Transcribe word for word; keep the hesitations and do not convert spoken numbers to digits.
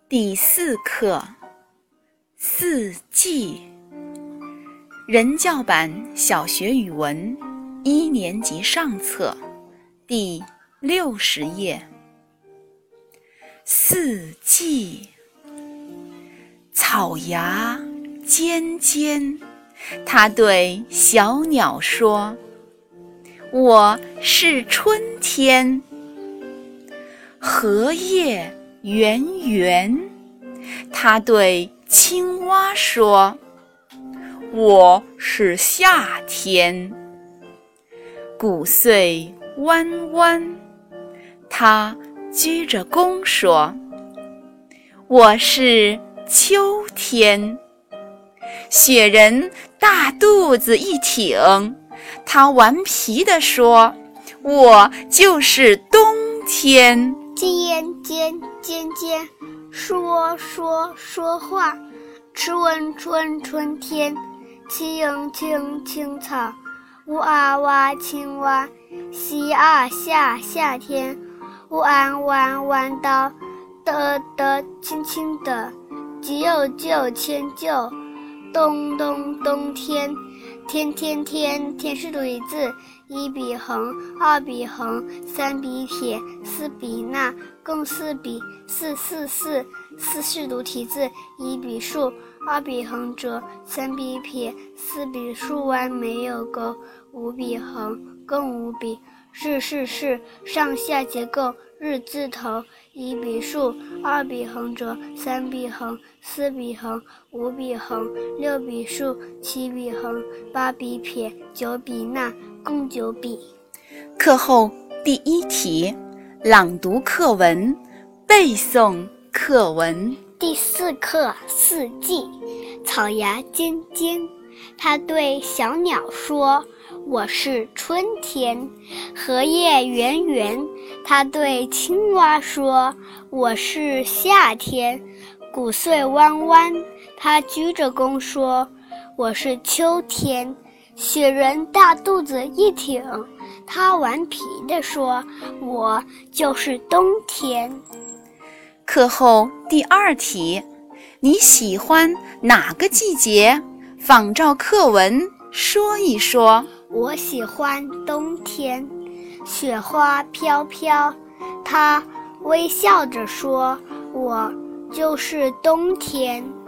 第四课四季，人教版小学语文一年级上册第六十页。四季，草芽尖尖，它对小鸟说：我是春天。荷叶圆圆，它对青蛙说：我是夏天。谷穗弯弯，它鞠着躬说：我是秋天。雪人大肚子一挺，他顽皮地说：我就是冬天。 尖尖尖尖，说说说话，春春春天，青青青草，哇哇青蛙，西啊夏夏天，弯弯弯刀，得得轻轻的，救救迁就，冬冬冬天，天天天天是驴子，一笔横，二笔横，三笔撇，四笔捺，共四笔，四四四，四是独体字，一笔竖，二笔横折，三笔撇，四笔竖弯没有钩，五笔横，共五笔，日是是，上下结构，日字头，一笔竖，二笔横折，三笔横，四笔横，五笔横，六笔竖，七笔横，八笔撇，九笔捺，共九笔。 课后第一题，朗读课文，背诵课文。 第四课四季，草芽尖尖，它对小鸟说：我是春天。荷叶圆圆，它对青蛙说：我是夏天。谷穗弯弯，它鞠着躬说：我是秋天。雪人大肚子一挺，他顽皮地说：我就是冬天。 课后第二题，你喜欢哪个季节？仿照课文说一说。 我喜欢冬天，雪花飘飘，他微笑着说：我就是冬天。